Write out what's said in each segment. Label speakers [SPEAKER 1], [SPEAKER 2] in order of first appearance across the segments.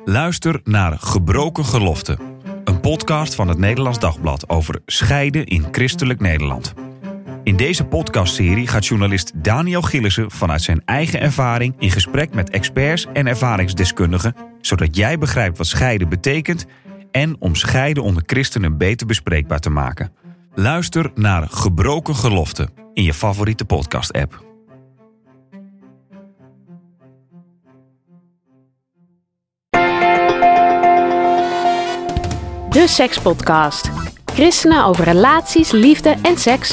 [SPEAKER 1] Luister naar Gebroken Geloften. Een podcast van het Nederlands Dagblad over scheiden in christelijk Nederland. In deze podcastserie gaat journalist Daniel Gillissen vanuit zijn eigen ervaring in gesprek met experts en ervaringsdeskundigen, zodat jij begrijpt wat scheiden betekent en om scheiden onder christenen beter bespreekbaar te maken. Luister naar Gebroken Geloften in je favoriete podcast-app.
[SPEAKER 2] De Sekspodcast. Christenen over relaties, liefde en seks.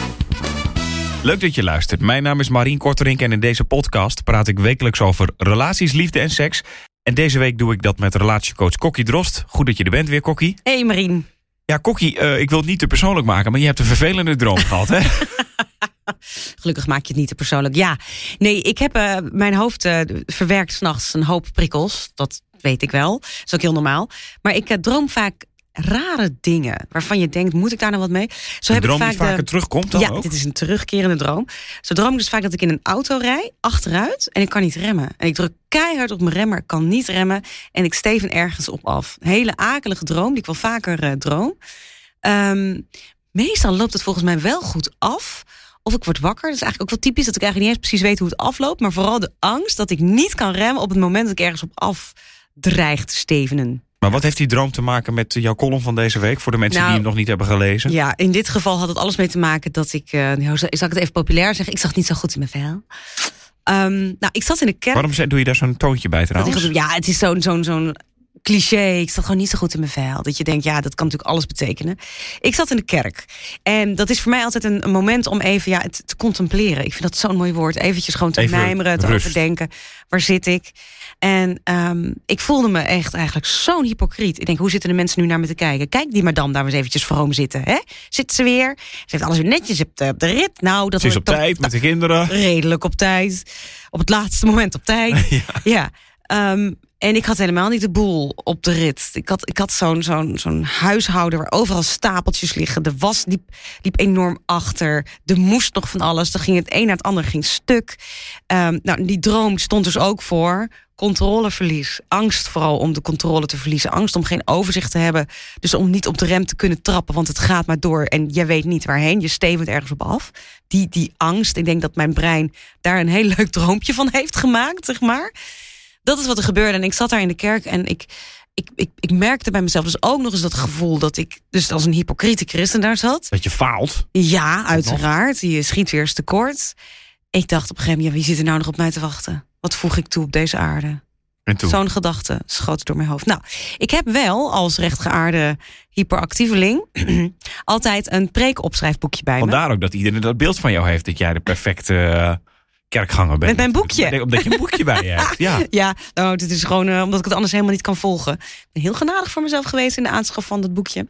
[SPEAKER 1] Leuk dat je luistert. Mijn naam is Marien Korterink en in deze podcast praat ik wekelijks over relaties, liefde en seks. En deze week doe ik dat met relatiecoach Kokkie Drost. Goed dat je er bent weer, Kokkie.
[SPEAKER 3] Hey Marien.
[SPEAKER 1] Ja, Kokkie, ik wil het niet te persoonlijk maken, maar je hebt een vervelende droom gehad, hè?
[SPEAKER 3] Gelukkig maak je het niet te persoonlijk. Ja, nee, ik heb mijn hoofd verwerkt 's nachts een hoop prikkels. Dat weet ik wel. Dat is ook heel normaal. Maar ik droom vaak rare dingen waarvan je denkt, moet ik daar nou wat mee? Zo
[SPEAKER 1] een
[SPEAKER 3] heb
[SPEAKER 1] droom
[SPEAKER 3] ik vaak
[SPEAKER 1] die vaker terugkomt dan ook?
[SPEAKER 3] Ja, dit is een terugkerende droom. Zo droom ik dus vaak dat ik in een auto rij, achteruit, en ik kan niet remmen. En ik druk keihard op mijn rem, maar ik kan niet remmen. En ik steven ergens op af. Een hele akelige droom, die ik wel vaker droom. Meestal loopt het volgens mij wel goed af. Of ik word wakker. Dat is eigenlijk ook wel typisch dat ik eigenlijk niet eens precies weet hoe het afloopt. Maar vooral de angst dat ik niet kan remmen op het moment dat ik ergens op af dreig te stevenen.
[SPEAKER 1] Maar wat heeft die droom te maken met jouw column van deze week? Voor de mensen die hem nog niet hebben gelezen.
[SPEAKER 3] Ja, in dit geval had het alles mee te maken dat ik, zal ik het even populair zeggen, ik zag niet zo goed in mijn vel. Ik zat in de kerk.
[SPEAKER 1] Waarom doe je daar zo'n toontje bij trouwens?
[SPEAKER 3] Ja, het is zo'n cliché. Ik zat gewoon niet zo goed in mijn vel. Dat je denkt, ja, dat kan natuurlijk alles betekenen. Ik zat in de kerk. En dat is voor mij altijd een moment om even het te contempleren. Ik vind dat zo'n mooi woord. Eventjes gewoon te mijmeren, te overdenken. Waar zit ik? En ik voelde me echt eigenlijk zo'n hypocriet. Ik denk, hoe zitten de mensen nu naar me te kijken? Kijk die madame daar eens eventjes vroom zitten. Hè? Zit ze weer? Ze heeft alles weer netjes op de rit. Nou, dat
[SPEAKER 1] ze is op tijd met de kinderen.
[SPEAKER 3] Redelijk op tijd. Op het laatste moment op tijd. Ja. En ik had helemaal niet de boel op de rit. Ik had zo'n huishouden waar overal stapeltjes liggen. De was liep enorm achter. Er moest nog van alles. Dan ging het een naar het ander ging stuk. Die droom stond dus ook voor controleverlies. Angst vooral om de controle te verliezen. Angst om geen overzicht te hebben. Dus om niet op de rem te kunnen trappen. Want het gaat maar door en je weet niet waarheen. Je stevend ergens op af. Die angst. Ik denk dat mijn brein daar een heel leuk droompje van heeft gemaakt, zeg maar. Dat is wat er gebeurde. En ik zat daar in de kerk en ik merkte bij mezelf dus ook nog eens dat gevoel dat ik dus als een hypocriete christen daar zat.
[SPEAKER 1] Dat je faalt?
[SPEAKER 3] Ja, uiteraard. Je schiet weer eens tekort. Ik dacht op een gegeven moment, wie zit er nou nog op mij te wachten? Wat voeg ik toe op deze aarde?
[SPEAKER 1] En toen?
[SPEAKER 3] Zo'n gedachte schoot door mijn hoofd. Nou, ik heb wel als rechtgeaarde hyperactieveling altijd een preekopschrijfboekje bij me.
[SPEAKER 1] Vandaar ook dat iedereen dat beeld van jou heeft, dat jij de perfecte kerkganger bent.
[SPEAKER 3] Met mijn boekje.
[SPEAKER 1] Omdat je een boekje bij je hebt. Ja,
[SPEAKER 3] dit is gewoon omdat ik het anders helemaal niet kan volgen. Ik ben heel genadig voor mezelf geweest in de aanschaf van dat boekje.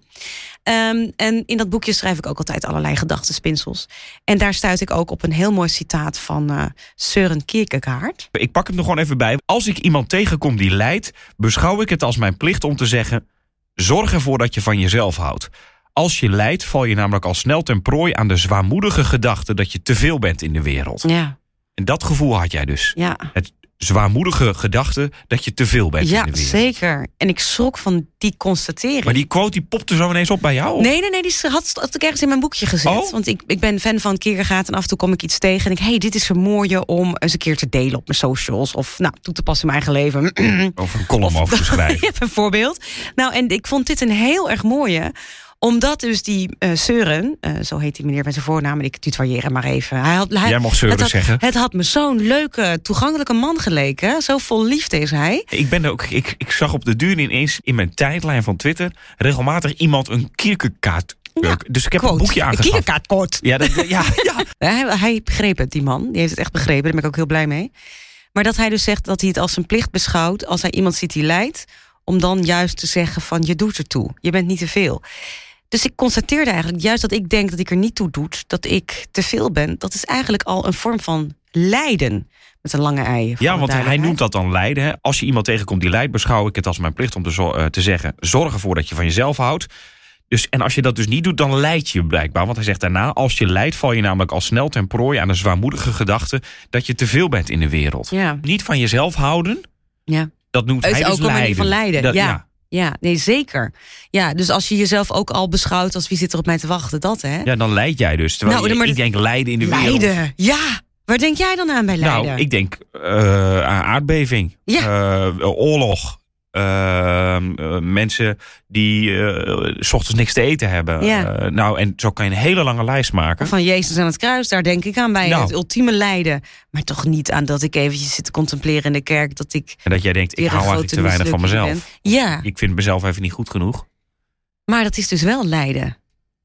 [SPEAKER 3] En in dat boekje schrijf ik ook altijd allerlei gedachtenspinsels. En daar stuit ik ook op een heel mooi citaat van Søren Kierkegaard.
[SPEAKER 1] Ik pak hem er gewoon even bij. Als ik iemand tegenkom die lijdt, beschouw ik het als mijn plicht om te zeggen: zorg ervoor dat je van jezelf houdt. Als je lijdt, val je namelijk al snel ten prooi aan de zwaarmoedige gedachte dat je te veel bent in de wereld.
[SPEAKER 3] Ja.
[SPEAKER 1] En dat gevoel had jij dus.
[SPEAKER 3] Ja.
[SPEAKER 1] Het zwaarmoedige gedachte dat je te veel bent in de wereld.
[SPEAKER 3] Ja, zeker. En ik schrok van die constatering.
[SPEAKER 1] Maar die quote die popte zo ineens op bij jou? Of?
[SPEAKER 3] Nee, die had ik ergens in mijn boekje gezet.
[SPEAKER 1] Oh?
[SPEAKER 3] Want ik ben fan van Kierkegaard en af en toe kom ik iets tegen. En denk, hey, dit is een mooie om eens een keer te delen op mijn socials. Of toe te passen in mijn eigen leven.
[SPEAKER 1] Of een column over te schrijven.
[SPEAKER 3] Ja, bijvoorbeeld. Nou, en ik vond dit een heel erg mooie. Omdat dus die Søren, zo heet die meneer met zijn voornaam, en ik tutoieer hem maar even.
[SPEAKER 1] Jij mag Søren zeggen.
[SPEAKER 3] Het had me zo'n leuke, toegankelijke man geleken. Zo vol liefde is hij.
[SPEAKER 1] Ik zag op de duur ineens in mijn tijdlijn van Twitter regelmatig iemand een Kierkegaard. Ja, dus ik heb een boekje aangeschaft.
[SPEAKER 3] Kierkegaard kort.
[SPEAKER 1] Ja.
[SPEAKER 3] Hij begreep het, die man. Die heeft het echt begrepen. Daar ben ik ook heel blij mee. Maar dat hij dus zegt dat hij het als zijn plicht beschouwt als hij iemand ziet die lijdt, om dan juist te zeggen van je doet ertoe. Je bent niet te veel. Dus ik constateerde eigenlijk, juist dat ik denk dat ik er niet toe doet, dat ik te veel ben, dat is eigenlijk al een vorm van lijden. Met een lange ei.
[SPEAKER 1] Ja, want hij noemt dat dan lijden. Hè? Als je iemand tegenkomt die lijdt, beschouw ik het als mijn plicht om te zeggen, zorg ervoor dat je van jezelf houdt. Dus, en als je dat dus niet doet, dan lijd je blijkbaar. Want hij zegt daarna, als je lijdt, val je namelijk al snel ten prooi aan de zwaarmoedige gedachte dat je te veel bent in de wereld.
[SPEAKER 3] Ja.
[SPEAKER 1] Niet van jezelf houden.
[SPEAKER 3] Ja.
[SPEAKER 1] Dat noemt hij dus
[SPEAKER 3] ook een manier van lijden. Ja, nee, zeker. Ja, dus als je jezelf ook al beschouwt als wie zit er op mij te wachten, dat hè?
[SPEAKER 1] Ja, dan lijd jij dus. Terwijl ik denk lijden in de wereld.
[SPEAKER 3] Lijden, ja. Waar denk jij dan aan bij lijden?
[SPEAKER 1] Nou, ik denk aan aardbeving, oorlog. Mensen die 's ochtends niks te eten hebben.
[SPEAKER 3] Ja.
[SPEAKER 1] En zo kan je een hele lange lijst maken.
[SPEAKER 3] Van Jezus aan het kruis, daar denk ik aan bij het ultieme lijden. Maar toch niet aan dat ik eventjes zit te contempleren in de kerk.
[SPEAKER 1] En dat jij denkt, ik hou eigenlijk te weinig van mezelf.
[SPEAKER 3] Ja.
[SPEAKER 1] Ik vind mezelf even niet goed genoeg.
[SPEAKER 3] Maar dat is dus wel lijden.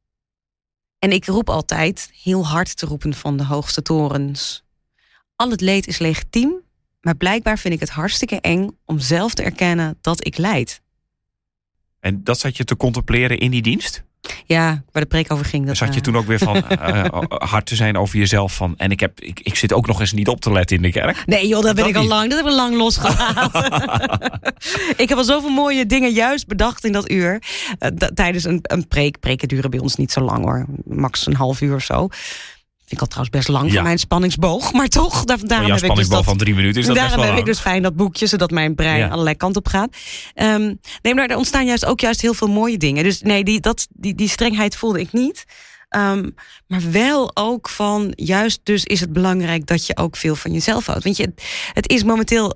[SPEAKER 3] En ik roep altijd, heel hard te roepen van de hoogste torens. Al het leed is legitiem. Maar blijkbaar vind ik het hartstikke eng om zelf te erkennen dat ik lijd.
[SPEAKER 1] En dat zat je te contempleren in die dienst?
[SPEAKER 3] Ja, waar de preek over ging.
[SPEAKER 1] Zat je toen ook weer van hard te zijn over jezelf van... en ik zit ook nog eens niet op te letten in de kerk?
[SPEAKER 3] Nee joh, dat heb ik al lang losgelaten. Ik heb al zoveel mooie dingen juist bedacht in dat uur. Tijdens een preek. Preken duren bij ons niet zo lang hoor. Max een half uur of zo. Vind ik al trouwens best lang voor mijn spanningsboog. Maar toch, daarom heb ik dus
[SPEAKER 1] van 3 minuten is dat
[SPEAKER 3] daarom
[SPEAKER 1] best wel
[SPEAKER 3] heb ik dus fijn dat boekje, zodat mijn brein allerlei kanten op gaat. Nee, maar er ontstaan juist heel veel mooie dingen. Dus nee, die strengheid voelde ik niet. Maar wel ook van, juist dus is het belangrijk dat je ook veel van jezelf houdt. Want het is momenteel,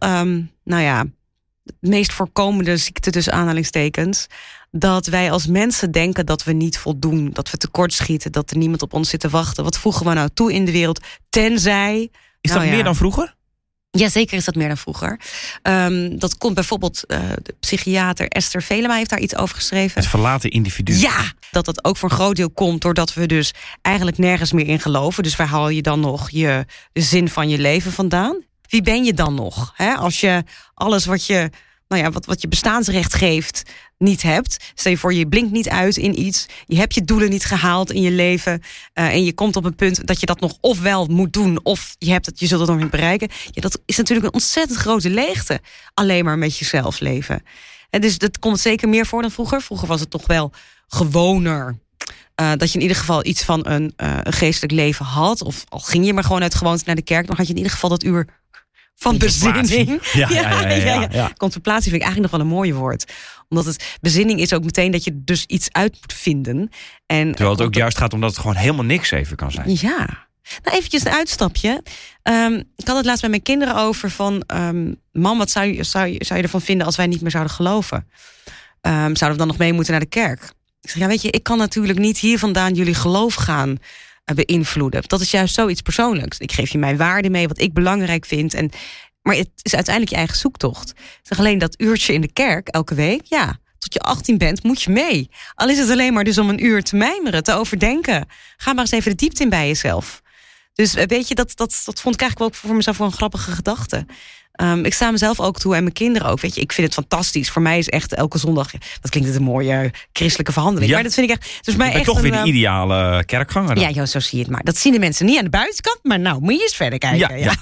[SPEAKER 3] het meest voorkomende ziekte tussen aanhalingstekens, dat wij als mensen denken dat we niet voldoen, dat we tekortschieten, dat er niemand op ons zit te wachten. Wat voegen we nou toe in de wereld? Tenzij...
[SPEAKER 1] Is dat meer dan vroeger?
[SPEAKER 3] Ja, zeker is dat meer dan vroeger. Dat komt bijvoorbeeld, de psychiater Esther Velema heeft daar iets over geschreven.
[SPEAKER 1] Het verlaten individu.
[SPEAKER 3] Ja, dat ook voor een groot deel komt doordat we dus eigenlijk nergens meer in geloven. Dus waar haal je dan nog de zin van je leven vandaan? Wie ben je dan nog? Hè? Als je alles wat je bestaansrecht geeft niet hebt. Stel je voor, je blinkt niet uit in iets. Je hebt je doelen niet gehaald in je leven. En je komt op een punt dat je dat nog ofwel moet doen, of je zult het nog niet bereiken. Ja, dat is natuurlijk een ontzettend grote leegte. Alleen maar met jezelf leven. En dus dat komt zeker meer voor dan vroeger. Vroeger was het toch wel gewoner. Dat je in ieder geval iets van een geestelijk leven had. Of al ging je maar gewoon uit gewoonte naar de kerk, dan had je in ieder geval dat uur van bezinning. Ja. Contemplatie vind ik eigenlijk nog wel een mooie woord. Omdat bezinning is ook meteen dat je dus iets uit moet vinden.
[SPEAKER 1] Terwijl het ook juist gaat omdat het gewoon helemaal niks even kan zijn.
[SPEAKER 3] Ja. Nou, eventjes een uitstapje. Ik had het laatst met mijn kinderen over van... mam, wat zou je ervan vinden als wij niet meer zouden geloven? Zouden we dan nog mee moeten naar de kerk? Ik zeg, ja, weet je, ik kan natuurlijk niet hier vandaan jullie geloof gaan beïnvloeden. Dat is juist zoiets persoonlijks. Ik geef je mijn waarde mee, wat ik belangrijk vind. Maar het is uiteindelijk je eigen zoektocht. Ik zeg alleen dat uurtje in de kerk elke week, ja, tot je 18 bent, moet je mee. Al is het alleen maar dus om een uur te mijmeren, te overdenken. Ga maar eens even de diepte in bij jezelf. Dus weet je, dat vond ik eigenlijk wel voor mezelf wel een grappige gedachte. Ik sta mezelf ook toe en mijn kinderen ook. Weet je, ik vind het fantastisch. Voor mij is echt elke zondag... Dat klinkt het een mooie christelijke verhandeling. Ja. Maar dat vind ik echt... Dus mij echt
[SPEAKER 1] toch weer de ideale kerkganger dan.
[SPEAKER 3] Ja, joh, zo zie je het maar. Dat zien de mensen niet aan de buitenkant. Maar nou, moet je eens verder kijken. Ja.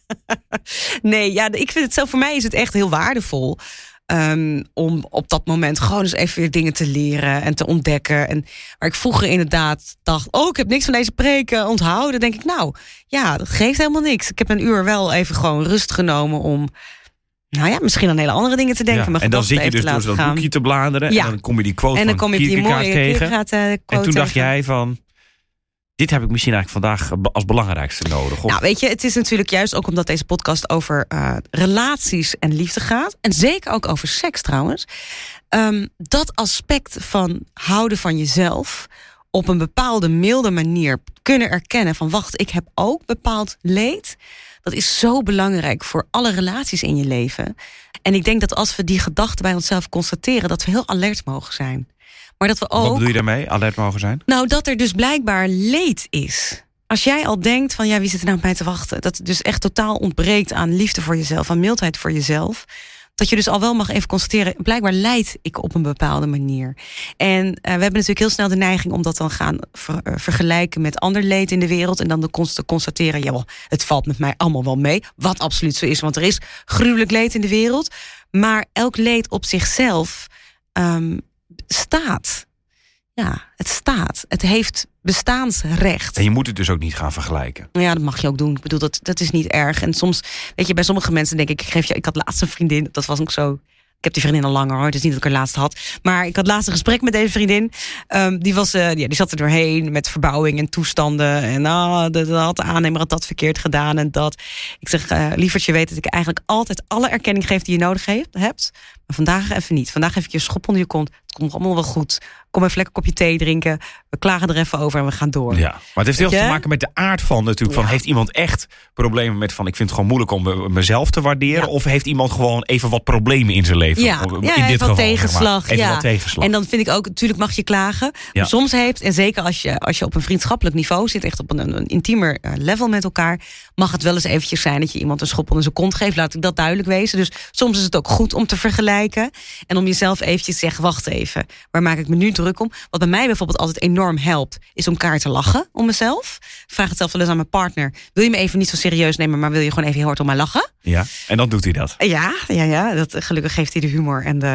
[SPEAKER 3] Nee, ja, ik vind het zelf... Voor mij is het echt heel waardevol... om op dat moment gewoon eens even weer dingen te leren en te ontdekken. En waar ik vroeger inderdaad dacht... ik heb niks van deze preken onthouden. Dan denk ik, nou, ja, dat geeft helemaal niks. Ik heb een uur wel even gewoon rust genomen om... Nou ja, misschien aan hele andere dingen te denken.
[SPEAKER 1] Ja, en dan zit je dus door zo'n boekje te bladeren... en dan kom je die quote van Kierkegaard tegen. En toen dacht jij van... Dit heb ik misschien eigenlijk vandaag als belangrijkste nodig. Of?
[SPEAKER 3] Nou, weet je, het is natuurlijk juist ook omdat deze podcast over relaties en liefde gaat. En zeker ook over seks trouwens. Dat aspect van houden van jezelf op een bepaalde milde manier kunnen erkennen van wacht, ik heb ook bepaald leed. Dat is zo belangrijk voor alle relaties in je leven. En ik denk dat als we die gedachten bij onszelf constateren, dat we heel alert mogen zijn. Maar dat we ook...
[SPEAKER 1] Wat bedoel je daarmee, alert mogen zijn?
[SPEAKER 3] Nou, dat er dus blijkbaar leed is. Als jij al denkt van, ja, wie zit er nou op mij te wachten? Dat het dus echt totaal ontbreekt aan liefde voor jezelf, aan mildheid voor jezelf. Dat je dus al wel mag even constateren, blijkbaar lijd ik op een bepaalde manier. En we hebben natuurlijk heel snel de neiging om dat dan gaan vergelijken met ander leed in de wereld. En dan te constateren, ja, het valt met mij allemaal wel mee. Wat absoluut zo is, want er is gruwelijk leed in de wereld. Maar elk leed op zichzelf staat. Ja, het staat. Het heeft bestaansrecht.
[SPEAKER 1] En je moet het dus ook niet gaan vergelijken.
[SPEAKER 3] Ja, dat mag je ook doen. Ik bedoel, dat is niet erg. En soms, weet je, bij sommige mensen denk ik had laatst een vriendin, dat was ook zo. Ik heb die vriendin al langer hoor, dus niet dat ik haar laatst had. Maar ik had laatst een gesprek met deze vriendin. Die zat er doorheen met verbouwing en toestanden. En de aannemer had dat verkeerd gedaan en dat. Ik zeg, lievertje weet dat ik eigenlijk altijd alle erkenning geef die je nodig hebt. Maar vandaag even niet. Vandaag geef ik je een schop onder je kont. Het komt allemaal wel goed. Kom even lekker een kopje thee drinken. We klagen er even over en we gaan door.
[SPEAKER 1] Ja, maar het heeft heel veel te maken met de aard van natuurlijk. Van, heeft iemand echt problemen met van ik vind het gewoon moeilijk om mezelf te waarderen? Ja. Of heeft iemand gewoon even wat problemen in zijn leven?
[SPEAKER 3] In dit geval, tegenslag.
[SPEAKER 1] Even wat tegenslag.
[SPEAKER 3] En dan vind ik ook, natuurlijk mag je klagen. Ja. Maar soms en zeker als je op een vriendschappelijk niveau zit, echt op een intiemer level met elkaar, mag het wel eens eventjes zijn dat je iemand een schop onder zijn kont geeft. Laat ik dat duidelijk wezen. Dus soms is het ook goed om te vergelijken. En om jezelf eventjes te zeggen, wacht even. Waar maak ik me nu druk om? Wat bij mij bijvoorbeeld altijd enorm helpt, is om elkaar te lachen om mezelf. Ik vraag het zelf wel eens aan mijn partner. Wil je me even niet zo serieus nemen, maar wil je gewoon even heel hard om mij lachen?
[SPEAKER 1] Ja, en dan doet hij dat.
[SPEAKER 3] Ja. Gelukkig geeft hij de humor en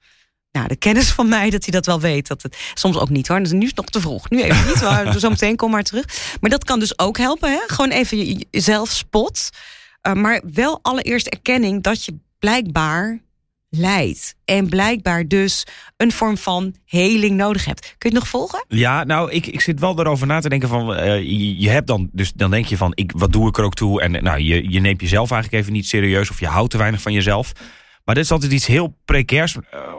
[SPEAKER 3] de kennis van mij dat hij dat wel weet. Dat het, soms ook niet hoor. Dus nu is het nog te vroeg. Nu even niet, maar zo meteen kom maar terug. Maar dat kan dus ook helpen. Hè? Gewoon even jezelf spot. Maar wel allereerst erkenning dat je blijkbaar lijdt. En blijkbaar dus een vorm van heling nodig hebt. Kun je het nog volgen?
[SPEAKER 1] Ja, nou, ik zit wel erover na te denken van, je hebt dan denk je van, wat doe ik er ook toe? En nou, je neemt jezelf eigenlijk even niet serieus of je houdt te weinig van jezelf. Maar dat is altijd iets heel precairs.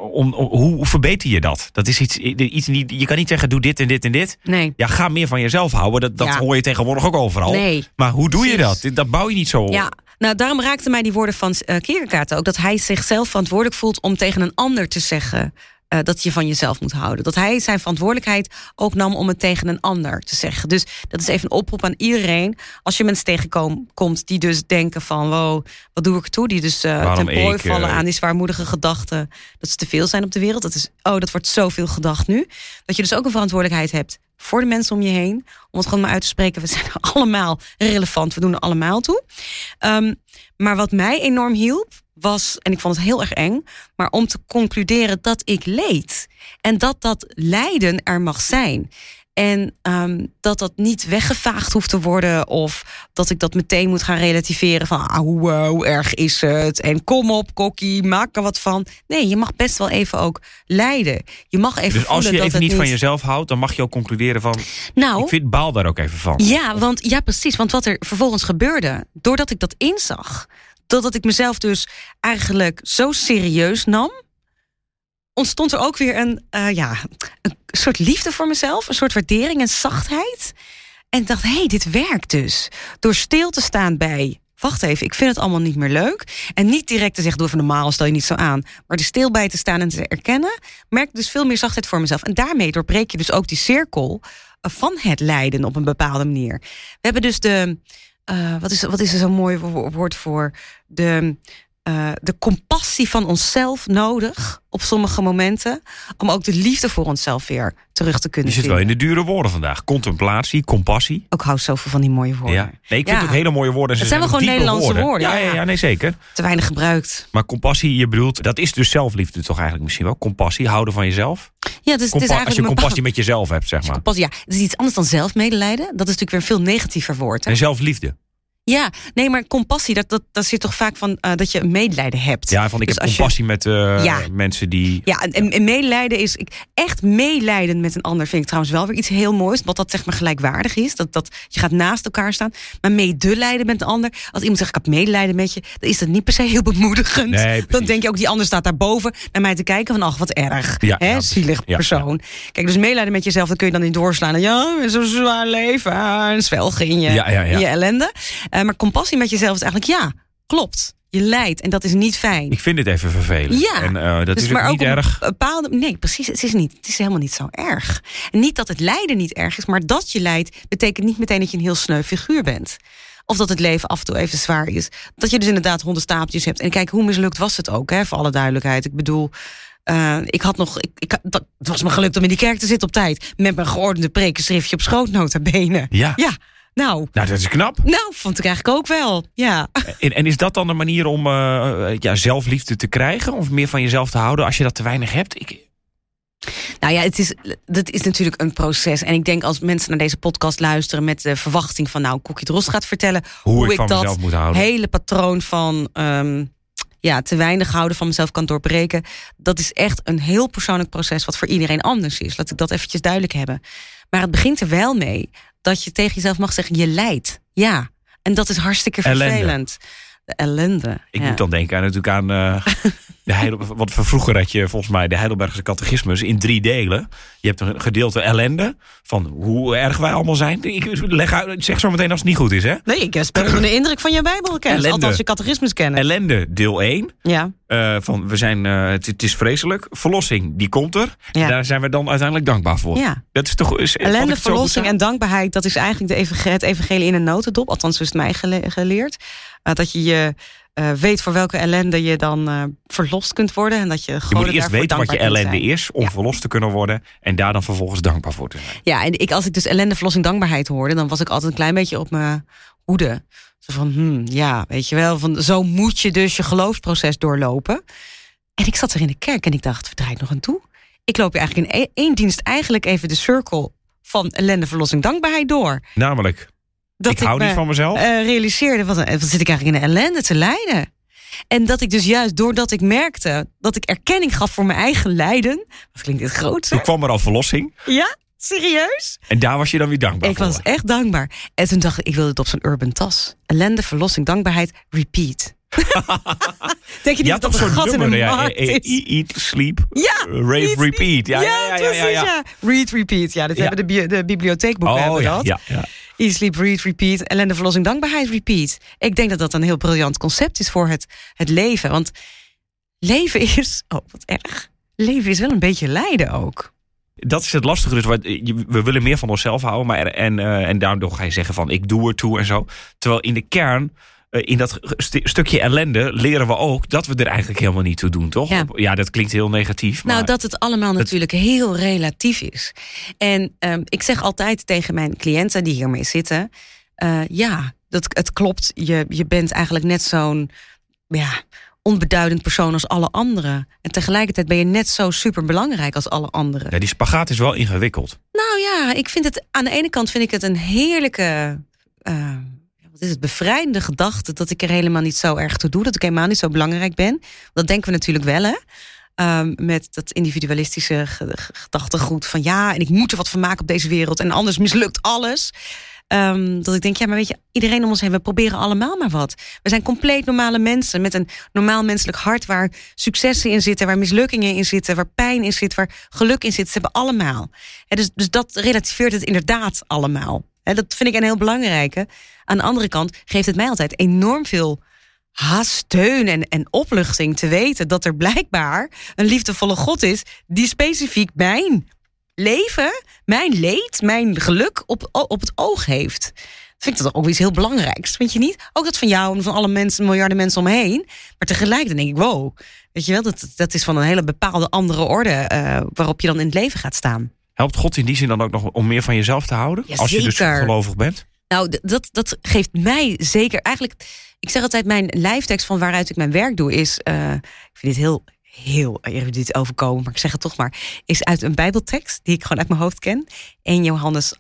[SPEAKER 1] Hoe verbeter je dat? Dat is iets niet. Je kan niet zeggen, doe dit en dit en dit.
[SPEAKER 3] Nee.
[SPEAKER 1] Ja, ga meer van jezelf houden. Dat hoor je tegenwoordig ook overal.
[SPEAKER 3] Nee.
[SPEAKER 1] Maar hoe doe je dat? Dat bouw je niet zo op.
[SPEAKER 3] Ja. Nou, daarom raakten mij die woorden van Kierkegaard ook. Dat hij zichzelf verantwoordelijk voelt om tegen een ander te zeggen dat je van jezelf moet houden. Dat hij zijn verantwoordelijkheid ook nam om het tegen een ander te zeggen. Dus dat is even een oproep aan iedereen. Als je mensen tegenkomt die dus denken van, wow, wat doe ik ertoe? Die dus ten prooi vallen aan die zwaarmoedige gedachten dat ze te veel zijn op de wereld. Dat wordt zoveel gedacht nu. Dat je dus ook een verantwoordelijkheid hebt voor de mensen om je heen. Om het gewoon maar uit te spreken. We zijn allemaal relevant. We doen er allemaal toe. Maar wat mij enorm hielp was, en ik vond het heel erg eng, maar om te concluderen dat ik leed. En dat lijden er mag zijn. En dat niet weggevaagd hoeft te worden, of dat ik dat meteen moet gaan relativeren van hoe erg is het? En kom op, kokkie, maak er wat van. Nee, je mag best wel even ook lijden. Je mag even
[SPEAKER 1] dus als je
[SPEAKER 3] dat
[SPEAKER 1] even niet van jezelf houdt, dan mag je ook concluderen van, ik baal daar ook even van.
[SPEAKER 3] Ja, precies. Want wat er vervolgens gebeurde, doordat ik dat inzag, doordat ik mezelf dus eigenlijk zo serieus nam, ontstond er ook weer een soort liefde voor mezelf. Een soort waardering en zachtheid. En ik dacht, dit werkt dus. Door stil te staan bij, wacht even, ik vind het allemaal niet meer leuk. En niet direct te zeggen, doe even normaal, stel je niet zo aan. Maar er stil bij te staan en te erkennen, merk ik dus veel meer zachtheid voor mezelf. En daarmee doorbreek je dus ook die cirkel van het lijden op een bepaalde manier. We hebben dus wat is er zo'n mooi woord voor? De compassie van onszelf nodig op sommige momenten, om ook de liefde voor onszelf weer terug te kunnen vinden.
[SPEAKER 1] Je zit wel in de dure woorden vandaag. Contemplatie, compassie.
[SPEAKER 3] Ik hou zoveel van die mooie woorden.
[SPEAKER 1] Ja. Nee, ik vind het ook hele mooie woorden.
[SPEAKER 3] Het zijn wel gewoon Nederlandse woorden.
[SPEAKER 1] Ja, nee, zeker.
[SPEAKER 3] Te weinig gebruikt.
[SPEAKER 1] Maar compassie, je bedoelt, dat is dus zelfliefde toch eigenlijk misschien wel? Compassie, houden van jezelf?
[SPEAKER 3] Ja, het is eigenlijk
[SPEAKER 1] als je compassie met jezelf hebt, zeg maar.
[SPEAKER 3] Het is iets anders dan zelfmedelijden. Dat is natuurlijk weer een veel negatiever woord. Hè?
[SPEAKER 1] En zelfliefde.
[SPEAKER 3] Ja, nee, maar compassie, dat zit toch vaak van dat je medelijden hebt.
[SPEAKER 1] Ja, van ik heb compassie met mensen die...
[SPEAKER 3] Ja, en medelijden is... Echt medelijden met een ander vind ik trouwens wel weer iets heel moois. Wat dat zeg maar gelijkwaardig is. Dat je gaat naast elkaar staan. Maar medelijden met een ander. Als iemand zegt, ik heb medelijden met je, dan is dat niet per se heel bemoedigend.
[SPEAKER 1] Nee,
[SPEAKER 3] dan denk je ook, die ander staat daarboven naar mij te kijken van, ach, wat erg.
[SPEAKER 1] Ja,
[SPEAKER 3] zielig persoon. Ja. Kijk, dus medelijden met jezelf, dan kun je dan niet doorslaan. En zo'n zwaar leven. En zwelgen in je ellende. Maar compassie met jezelf is eigenlijk, klopt. Je lijdt en dat is niet fijn.
[SPEAKER 1] Ik vind dit even vervelend.
[SPEAKER 3] Ja,
[SPEAKER 1] en dat is ook niet erg.
[SPEAKER 3] Nee, precies. Het is helemaal niet zo erg. En niet dat het lijden niet erg is, maar dat je lijdt betekent niet meteen dat je een heel sneu figuur bent. Of dat het leven af en toe even zwaar is. Dat je dus inderdaad 100 stapeltjes hebt. En kijk, hoe mislukt was het ook, hè, voor alle duidelijkheid. Ik bedoel, het was me gelukt om in die kerk te zitten op tijd. Met mijn geordende prekenschriftje op schoot, nota bene.
[SPEAKER 1] Ja. Nou, dat is knap.
[SPEAKER 3] Nou, vond ik eigenlijk ook wel, ja.
[SPEAKER 1] En is dat dan de manier om zelfliefde te krijgen? Of meer van jezelf te houden als je dat te weinig hebt?
[SPEAKER 3] Nou ja, dat is natuurlijk een proces. En ik denk als mensen naar deze podcast luisteren met de verwachting van Kokkie Drost gaat vertellen hoe ik dat hele patroon van te weinig houden van mezelf kan doorbreken. Dat is echt een heel persoonlijk proces wat voor iedereen anders is. Laat ik dat eventjes duidelijk hebben. Maar het begint er wel mee dat je tegen jezelf mag zeggen, je lijdt. Ja, en dat is hartstikke vervelend. De ellende.
[SPEAKER 1] Ik moet dan denken aan want vroeger had je volgens mij de Heidelbergse catechismus in 3 delen. Je hebt een gedeelte ellende, van hoe erg wij allemaal zijn. Zeg zo meteen als het niet goed is, hè?
[SPEAKER 3] Nee, ik ben onder de indruk van je Bijbelkennis. Althans, je catechismus kennen.
[SPEAKER 1] Ellende, deel 1.
[SPEAKER 3] Ja.
[SPEAKER 1] Van we zijn, het is vreselijk. Verlossing, die komt er. Ja. Daar zijn we dan uiteindelijk dankbaar voor.
[SPEAKER 3] Ja.
[SPEAKER 1] Dat is toch
[SPEAKER 3] ellende, verlossing en dankbaarheid, dat is eigenlijk het evangelie in een notendop. Althans, is het mij geleerd. Dat je weet voor welke ellende je dan verlost kunt worden. En dat je
[SPEAKER 1] moet eerst weten wat je ellende is om verlost te kunnen worden. En daar dan vervolgens dankbaar voor te zijn.
[SPEAKER 3] Ja, en als ik dus ellende, verlossing, dankbaarheid hoorde, dan was ik altijd een klein beetje op mijn hoede. Zo van, weet je wel, van zo moet je dus je geloofsproces doorlopen. En ik zat er in de kerk en ik dacht, verdraai ik nog aan toe? Ik loop hier eigenlijk in één dienst eigenlijk even de cirkel van ellende, verlossing, dankbaarheid door.
[SPEAKER 1] Namelijk? Ik hou niet van mezelf.
[SPEAKER 3] Realiseerde, wat zit ik eigenlijk in de ellende te lijden? En dat ik dus juist, doordat ik merkte dat ik erkenning gaf voor mijn eigen lijden. Wat klinkt dit groot?
[SPEAKER 1] Toen kwam er al verlossing.
[SPEAKER 3] Ja, serieus?
[SPEAKER 1] En daar was je dan weer dankbaar voor?
[SPEAKER 3] Ik was echt dankbaar. En toen dacht ik wil het op zo'n urban tas. Ellende, verlossing, dankbaarheid, repeat. Denk je niet dat dat een gat in een markt is?
[SPEAKER 1] Eat, sleep, rave, repeat. Ja.
[SPEAKER 3] Read, repeat. Ja, dat hebben de bibliotheekboeken hebben dat.
[SPEAKER 1] Ja.
[SPEAKER 3] Eat, sleep, read, repeat. Ellende, verlossing, dankbaarheid, repeat. Ik denk dat dat een heel briljant concept is voor het leven. Want leven is... Oh, wat erg. Leven is wel een beetje lijden ook.
[SPEAKER 1] Dat is het lastige. Dus we willen meer van onszelf houden. Maar en daardoor ga je zeggen van ik doe ertoe en zo. Terwijl in de kern... in dat stukje ellende leren we ook dat we er eigenlijk helemaal niet toe doen, toch? Ja, dat klinkt heel negatief. Maar
[SPEAKER 3] dat het allemaal natuurlijk heel relatief is. En ik zeg altijd tegen mijn cliënten die hiermee zitten... het klopt. Je bent eigenlijk net zo'n onbeduidend persoon als alle anderen. En tegelijkertijd ben je net zo superbelangrijk als alle anderen.
[SPEAKER 1] Ja, die spagaat is wel ingewikkeld.
[SPEAKER 3] Nou ja, ik vind het aan de ene kant vind ik het een heerlijke... Het is het bevrijdende gedachte dat ik er helemaal niet zo erg toe doe. Dat ik helemaal niet zo belangrijk ben. Dat denken we natuurlijk wel, hè. Met dat individualistische gedachtegoed van en ik moet er wat van maken op deze wereld. En anders mislukt alles. Dat ik denk, maar weet je, iedereen om ons heen, we proberen allemaal maar wat. We zijn compleet normale mensen met een normaal menselijk hart waar successen in zitten, waar mislukkingen in zitten, waar pijn in zit, waar geluk in zit. Ze hebben allemaal. Dus dat relativeert het inderdaad allemaal. Dat vind ik een heel belangrijke. Aan de andere kant geeft het mij altijd enorm veel steun en opluchting te weten dat er blijkbaar een liefdevolle God is die specifiek mijn leven, mijn leed, mijn geluk op het oog heeft. Dat vind ik dat ook iets heel belangrijks, vind je niet? Ook dat van jou en van alle mensen, miljarden mensen omheen. Maar tegelijk denk ik, wow, weet je wel, dat is van een hele bepaalde andere orde waarop je dan in het leven gaat staan.
[SPEAKER 1] Helpt God in die zin dan ook nog om meer van jezelf te houden?
[SPEAKER 3] Ja,
[SPEAKER 1] als je dus gelovig bent?
[SPEAKER 3] Nou, dat geeft mij zeker... Eigenlijk, ik zeg altijd, mijn lijftekst van waaruit ik mijn werk doe is... ik vind dit heel erudiet overkomen, maar ik zeg het toch maar... is uit een Bijbeltekst die ik gewoon uit mijn hoofd ken. 1 Johannes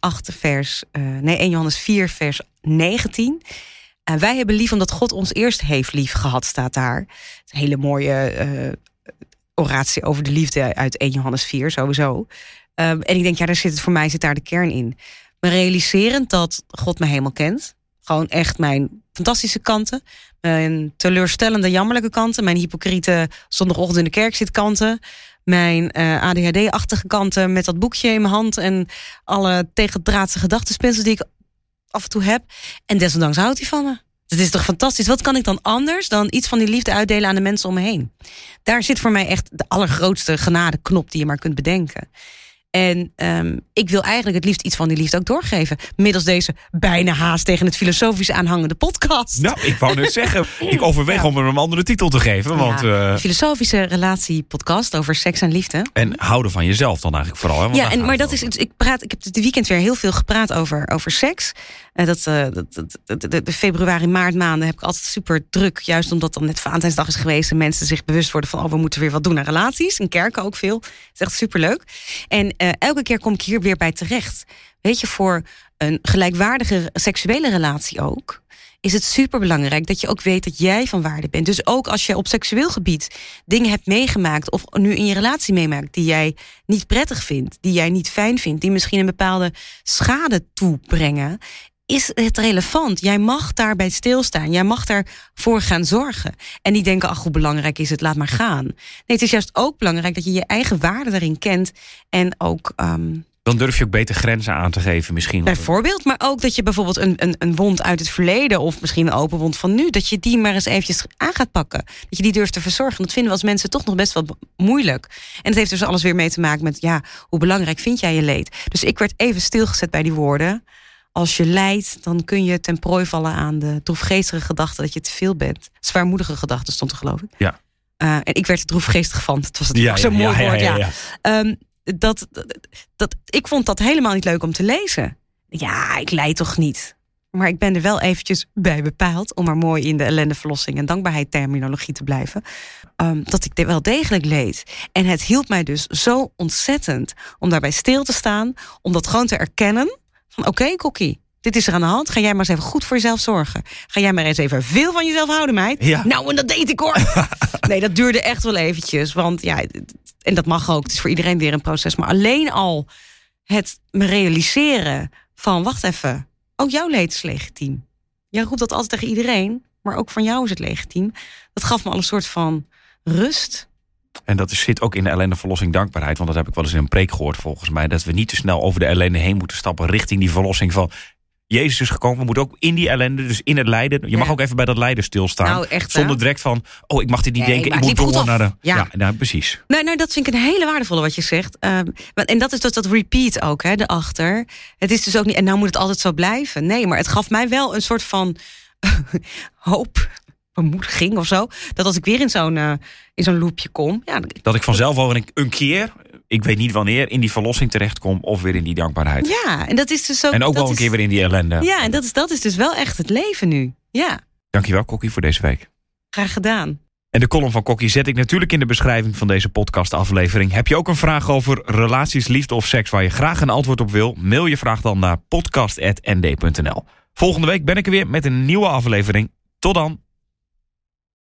[SPEAKER 3] 4, vers 19. En wij hebben lief omdat God ons eerst heeft lief gehad, staat daar. Het is een hele mooie oratie over de liefde uit 1 Johannes 4, sowieso. En ik denk, voor mij zit daar de kern in. Me realiserend dat God me helemaal kent. Gewoon echt mijn fantastische kanten. Mijn teleurstellende, jammerlijke kanten. Mijn hypocriete zondagochtend in de kerk zit kanten. Mijn ADHD-achtige kanten met dat boekje in mijn hand. En alle tegendraadse gedachtenspinsels die ik af en toe heb. En desondanks houdt hij van me. Het is toch fantastisch. Wat kan ik dan anders dan iets van die liefde uitdelen aan de mensen om me heen? Daar zit voor mij echt de allergrootste genadeknop die je maar kunt bedenken. En ik wil eigenlijk het liefst iets van die liefde ook doorgeven. Middels deze bijna haast tegen het filosofisch aanhangende podcast.
[SPEAKER 1] Nou, ik wou net zeggen, ik overweeg om er een andere titel te geven. Want,
[SPEAKER 3] filosofische relatiepodcast over seks en liefde.
[SPEAKER 1] En houden van jezelf dan eigenlijk vooral. Hè?
[SPEAKER 3] Ja, maar dat is. Ik heb dit weekend weer heel veel gepraat over seks. De februari, maart maanden heb ik altijd super druk. Juist omdat dan net Valentijnsdag is geweest. En mensen zich bewust worden van, we moeten weer wat doen aan relaties. In kerken ook veel. Het is echt superleuk. En elke keer kom ik hier weer bij terecht. Weet je, voor een gelijkwaardige seksuele relatie ook, is het superbelangrijk dat je ook weet dat jij van waarde bent. Dus ook als je op seksueel gebied dingen hebt meegemaakt, of nu in je relatie meemaakt, die jij niet prettig vindt, die jij niet fijn vindt, die misschien een bepaalde schade toebrengen, is het relevant. Jij mag daarbij stilstaan. Jij mag daarvoor gaan zorgen. En niet denken, hoe belangrijk is het, laat maar gaan. Nee, het is juist ook belangrijk dat je je eigen waarde daarin kent. En ook
[SPEAKER 1] dan durf je ook beter grenzen aan te geven misschien.
[SPEAKER 3] Bijvoorbeeld, maar ook dat je bijvoorbeeld een wond uit het verleden, of misschien een open wond van nu, dat je die maar eens eventjes aan gaat pakken. Dat je die durft te verzorgen. Dat vinden we als mensen toch nog best wel moeilijk. En het heeft dus alles weer mee te maken met, hoe belangrijk vind jij je leed? Dus ik werd even stilgezet bij die woorden. Als je lijdt, dan kun je ten prooi vallen aan de droefgeestige gedachte dat je te veel bent. Zwaarmoedige gedachte stond er, geloof ik.
[SPEAKER 1] Ja.
[SPEAKER 3] En ik werd er droefgeestig van. Het was natuurlijk ook zo'n mooi woord. Ja. Ik vond dat helemaal niet leuk om te lezen. Ja, ik lijd toch niet. Maar ik ben er wel eventjes bij bepaald, om maar mooi in de ellendeverlossing en dankbaarheid terminologie te blijven, dat ik wel degelijk leed. En het hielp mij dus zo ontzettend om daarbij stil te staan, om dat gewoon te erkennen. Oké, Kokkie, dit is er aan de hand. Ga jij maar eens even goed voor jezelf zorgen. Ga jij maar eens even veel van jezelf houden, meid.
[SPEAKER 1] Ja.
[SPEAKER 3] Nou, en dat deed ik, hoor. Nee, dat duurde echt wel eventjes. Want en dat mag ook. Het is voor iedereen weer een proces. Maar alleen al het me realiseren van, wacht even. Ook jouw leed is legitiem. Jij roept dat altijd tegen iedereen. Maar ook van jou is het legitiem. Dat gaf me al een soort van rust.
[SPEAKER 1] En dat zit ook in de ellendeverlossing dankbaarheid. Want dat heb ik wel eens in een preek gehoord volgens mij. Dat we niet te snel over de ellende heen moeten stappen richting die verlossing van Jezus is gekomen. We moeten ook in die ellende, dus in het lijden. Je mag ook even bij dat lijden stilstaan. Nou, echt, zonder direct van, ik mag dit niet denken. Ik moet door naar de... Ja, precies.
[SPEAKER 3] Nou, dat vind ik een hele waardevolle wat je zegt. En dat is dus dat repeat ook, hè, erachter. Het is dus ook niet, en nou moet het altijd zo blijven. Nee, maar het gaf mij wel een soort van hoop, bemoediging of zo. Dat als ik weer in zo'n loopje kom. Ja,
[SPEAKER 1] dat ik vanzelf al een keer, ik weet niet wanneer, in die verlossing terechtkom of weer in die dankbaarheid.
[SPEAKER 3] Ja, en dat is dus ook.
[SPEAKER 1] En ook wel een keer weer in die ellende.
[SPEAKER 3] Ja, en dat is dus wel echt het leven nu. Ja.
[SPEAKER 1] Dankjewel, Kokkie, voor deze week.
[SPEAKER 3] Graag gedaan.
[SPEAKER 1] En de column van Kokkie zet ik natuurlijk in de beschrijving van deze podcastaflevering. Heb je ook een vraag over relaties, liefde of seks waar je graag een antwoord op wil? Mail je vraag dan naar podcast@nd.nl. Volgende week ben ik er weer met een nieuwe aflevering. Tot dan.